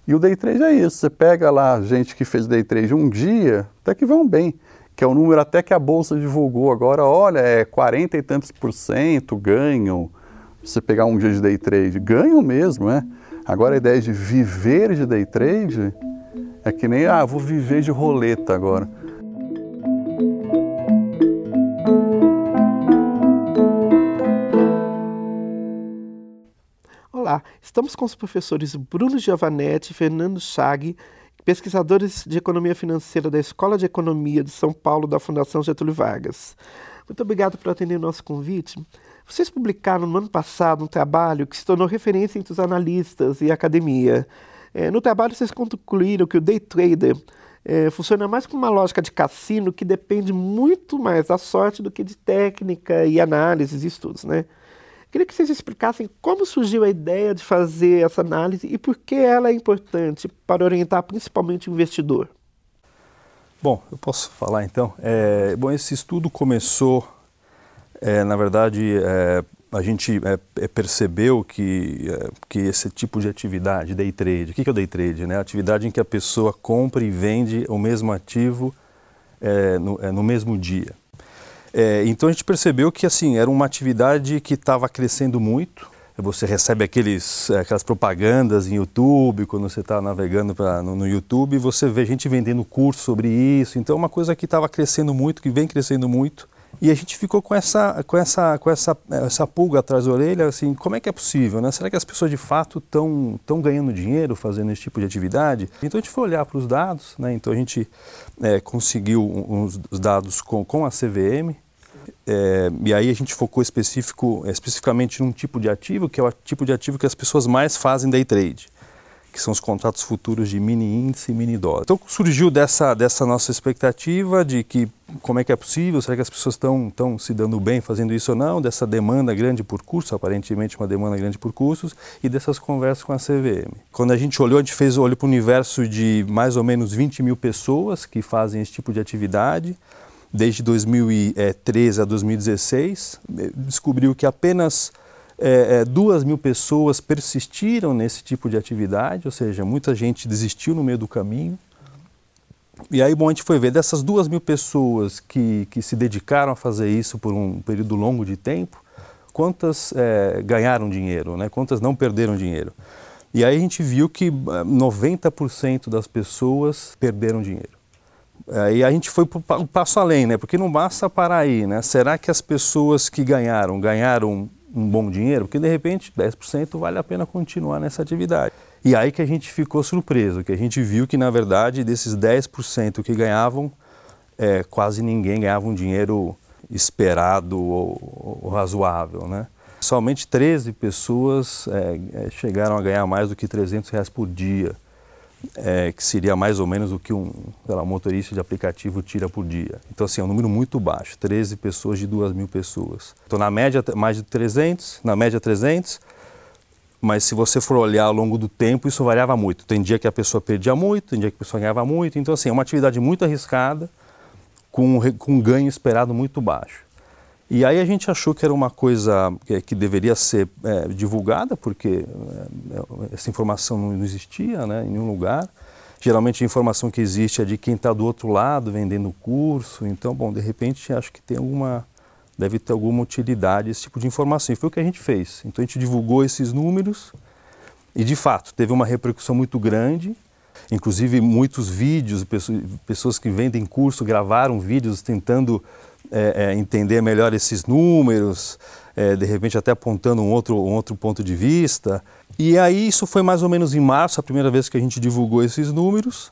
E o day trade é isso, você pega lá gente que fez day trade um dia, até que vão bem, que é o número até que a Bolsa divulgou agora, olha, 40 e tantos % ganham, se você pegar um dia de day trade, ganham mesmo, né? Agora a ideia de viver de day trade é que nem, vou viver de roleta agora. Olá, estamos com os professores Bruno Giovanetti e Fernando Chag, pesquisadores de Economia Financeira da Escola de Economia de São Paulo da Fundação Getúlio Vargas. Muito obrigado por atender o nosso convite. Vocês publicaram no ano passado um trabalho que se tornou referência entre os analistas e a academia. No trabalho vocês concluíram que o day trader funciona mais como uma lógica de cassino que depende muito mais da sorte do que de técnica e análises e estudos, né? Queria que vocês explicassem como surgiu a ideia de fazer essa análise e por que ela é importante para orientar principalmente o investidor. Bom, eu posso falar então. Bom, esse estudo começou, na verdade, a gente percebeu que esse tipo de atividade, day trade, o que é o day trade? Né? A atividade em que a pessoa compra e vende o mesmo ativo no mesmo dia. Então a gente percebeu que assim, era uma atividade que estava crescendo muito. Você recebe aquelas propagandas em YouTube, quando você está navegando no YouTube, você vê gente vendendo curso sobre isso. Então é uma coisa que estava crescendo muito, que vem crescendo muito. E a gente ficou com essa pulga atrás da orelha, assim, como é que é possível, né? Será que as pessoas de fato estão ganhando dinheiro fazendo esse tipo de atividade? Então a gente foi olhar para os dados, né? Então a gente conseguiu os dados com a CVM, e aí a gente focou especificamente num tipo de ativo, que é o tipo de ativo que as pessoas mais fazem day trade, que são os contratos futuros de mini índice e mini dólar. Então surgiu dessa nossa expectativa de que como é que é possível, será que as pessoas estão se dando bem fazendo isso ou não, dessa demanda grande por curso, aparentemente uma demanda grande por cursos, e dessas conversas com a CVM. Quando a gente olhou para o universo de mais ou menos 20 mil pessoas que fazem esse tipo de atividade, desde 2013 a 2016, descobriu que apenas 2.000 pessoas persistiram nesse tipo de atividade, ou seja, muita gente desistiu no meio do caminho. E aí, bom, a gente foi ver dessas 2.000 pessoas que se dedicaram a fazer isso por um período longo de tempo, quantas ganharam dinheiro, né? Quantas não perderam dinheiro. E aí a gente viu que 90% das pessoas perderam dinheiro. Aí a gente foi um passo além, né? Porque não basta parar aí, né? Será que as pessoas que ganharam um bom dinheiro? Porque de repente 10% vale a pena continuar nessa atividade. E aí que a gente ficou surpreso, que a gente viu que na verdade desses 10% que ganhavam, quase ninguém ganhava um dinheiro esperado ou razoável, né? Somente 13 pessoas chegaram a ganhar mais do que R$300 por dia. Que seria mais ou menos o que um motorista de aplicativo tira por dia. Então, assim, é um número muito baixo, 13 pessoas de 2.000 pessoas. Então, na média, mais de 300, na média 300, mas se você for olhar ao longo do tempo, isso variava muito. Tem dia que a pessoa perdia muito, tem dia que a pessoa ganhava muito. Então, assim, é uma atividade muito arriscada, com um ganho esperado muito baixo. E aí a gente achou que era uma coisa que deveria ser divulgada, porque essa informação não existia, né, em nenhum lugar. Geralmente a informação que existe é de quem está do outro lado vendendo o curso. Então, bom, de repente acho que deve ter alguma utilidade esse tipo de informação. E foi o que a gente fez. Então a gente divulgou esses números e, de fato, teve uma repercussão muito grande. Inclusive muitos vídeos, pessoas que vendem curso gravaram vídeos tentando entender melhor esses números, de repente até apontando um outro ponto de vista. E aí isso foi mais ou menos em março, a primeira vez que a gente divulgou esses números.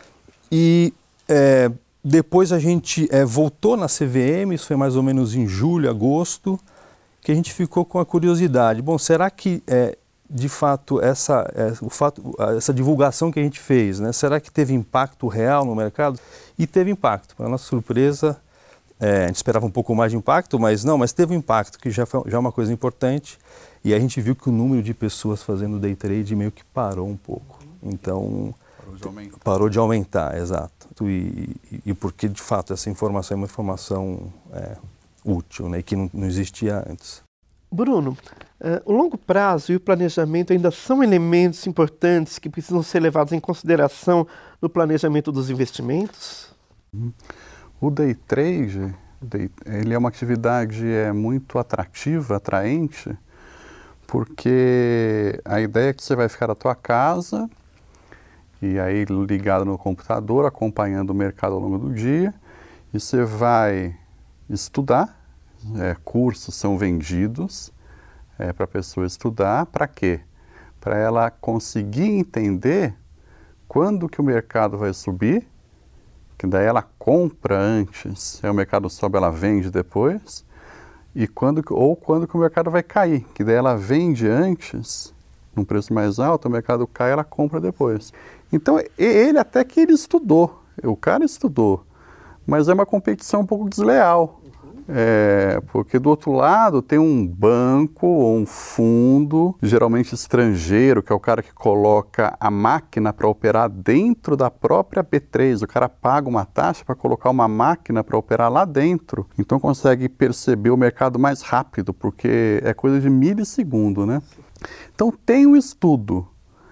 E depois a gente voltou na CVM, isso foi mais ou menos em julho, agosto, que a gente ficou com a curiosidade. Bom, será que de fato essa divulgação que a gente fez, né, será que teve impacto real no mercado? E teve impacto, para nossa surpresa. A gente esperava um pouco mais de impacto, mas teve um impacto, que já é uma coisa importante. E a gente viu que o número de pessoas fazendo day trade meio que parou um pouco. Então, parou de aumentar, exato. E porque, de fato, essa informação é uma informação útil, né, que não existia antes. Bruno, o longo prazo e o planejamento ainda são elementos importantes que precisam ser levados em consideração no planejamento dos investimentos? O day trade, ele é uma atividade muito atrativa, atraente, porque a ideia é que você vai ficar na tua casa e aí ligado no computador, acompanhando o mercado ao longo do dia, e você vai estudar, cursos são vendidos para a pessoa estudar, para quê? Para ela conseguir entender quando que o mercado vai subir, que daí ela compra antes, aí o mercado sobe, ela vende depois, e quando que o mercado vai cair, que daí ela vende antes, num preço mais alto, o mercado cai, ela compra depois. Então, ele até que ele estudou, o cara estudou, mas é uma competição um pouco desleal, porque do outro lado tem um banco ou um fundo, geralmente estrangeiro, que é o cara que coloca a máquina para operar dentro da própria B3. O cara paga uma taxa para colocar uma máquina para operar lá dentro. Então consegue perceber o mercado mais rápido, porque é coisa de milissegundo, né? Então tem um estudo,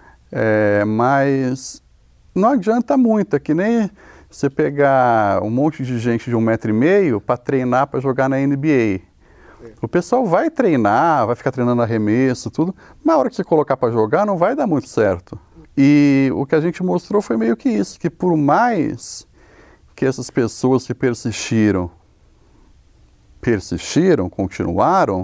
mas não adianta muito, é que nem você pegar um monte de gente de 1,5 metro para treinar para jogar na NBA. O pessoal vai treinar, vai ficar treinando arremesso, tudo, mas na hora que você colocar para jogar não vai dar muito certo. E o que a gente mostrou foi meio que isso, que por mais que essas pessoas que persistiram, continuaram,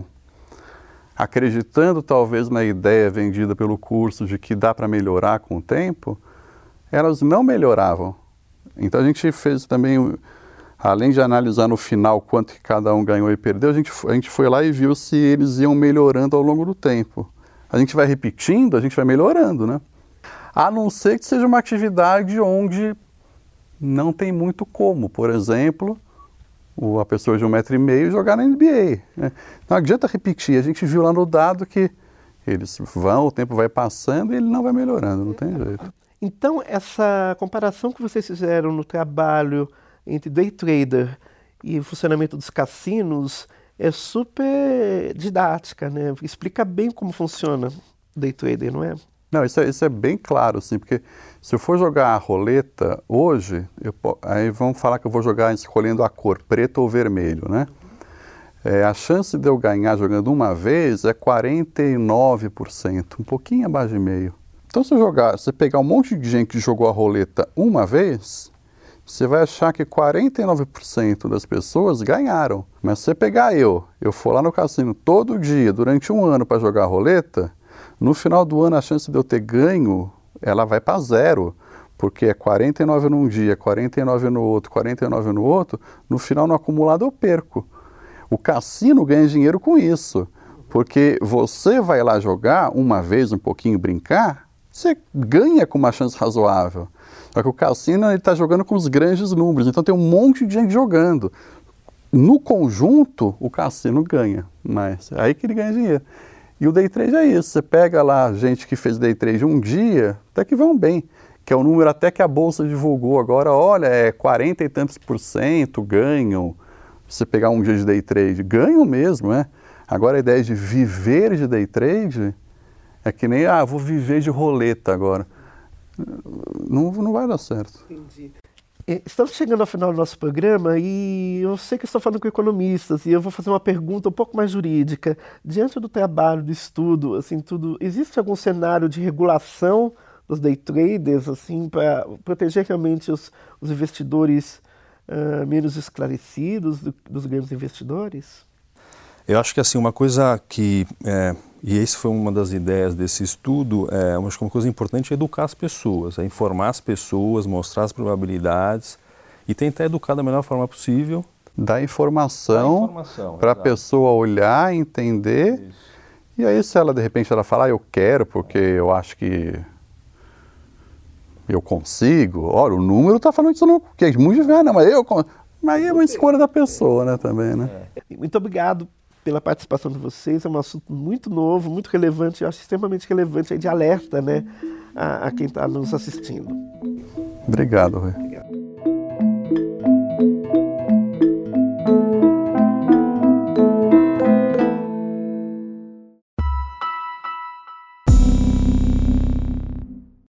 acreditando talvez na ideia vendida pelo curso de que dá para melhorar com o tempo, elas não melhoravam. Então a gente fez também, além de analisar no final quanto que cada um ganhou e perdeu, a gente foi lá e viu se eles iam melhorando ao longo do tempo. A gente vai repetindo, a gente vai melhorando, né? A não ser que seja uma atividade onde não tem muito como. Por exemplo, a pessoa de 1,5 metro jogar na NBA, né? Não adianta repetir, a gente viu lá no dado que eles vão, o tempo vai passando e ele não vai melhorando, não tem jeito. Então, essa comparação que vocês fizeram no trabalho entre day trader e o funcionamento dos cassinos é super didática, né? Explica bem como funciona o day trader, não é? Não, isso é bem claro, assim, porque se eu for jogar a roleta hoje, aí vamos falar que eu vou jogar escolhendo a cor, preto ou vermelho, né? A chance de eu ganhar jogando uma vez é 49%, um pouquinho abaixo de meio. Então, se você pegar um monte de gente que jogou a roleta uma vez, você vai achar que 49% das pessoas ganharam. Mas se você pegar eu for lá no cassino todo dia, durante um ano para jogar a roleta, no final do ano a chance de eu ter ganho, ela vai para zero. Porque é 49 num dia, 49 no outro, 49 no outro, no final no acumulado eu perco. O cassino ganha dinheiro com isso. Porque você vai lá jogar uma vez, um pouquinho, brincar, você ganha com uma chance razoável. Só que o cassino está jogando com os grandes números, então tem um monte de gente jogando. No conjunto, o cassino ganha, mas é aí que ele ganha dinheiro. E o day trade é isso, você pega lá gente que fez day trade um dia, até que vão bem, que é o número até que a Bolsa divulgou agora, olha, 40 e tantos % ganham, se você pegar um dia de day trade, ganham mesmo, né? Agora a ideia de viver de day trade é que nem, vou viver de roleta agora. Não vai dar certo. Entendi. Estamos chegando ao final do nosso programa e eu sei que estou falando com economistas e eu vou fazer uma pergunta um pouco mais jurídica. Diante do trabalho, do estudo, assim, tudo, existe algum cenário de regulação dos day traders, assim, para proteger realmente os investidores menos esclarecidos dos grandes investidores? Eu acho que assim, uma coisa que, e essa foi uma das ideias desse estudo, acho que uma coisa importante é educar as pessoas, informar as pessoas, mostrar as probabilidades e tentar educar da melhor forma possível. Dar informação para a pessoa olhar, entender, isso. E aí se ela de repente ela fala, eu quero porque eu acho que eu consigo, olha, o número está falando que isso não, que é muito difícil, não, mas aí é uma escolha da pessoa, né, também, né? Muito obrigado pela participação de vocês, é um assunto muito novo, muito relevante, eu acho extremamente relevante, de alerta, né, a quem está nos assistindo. Obrigado, Rui.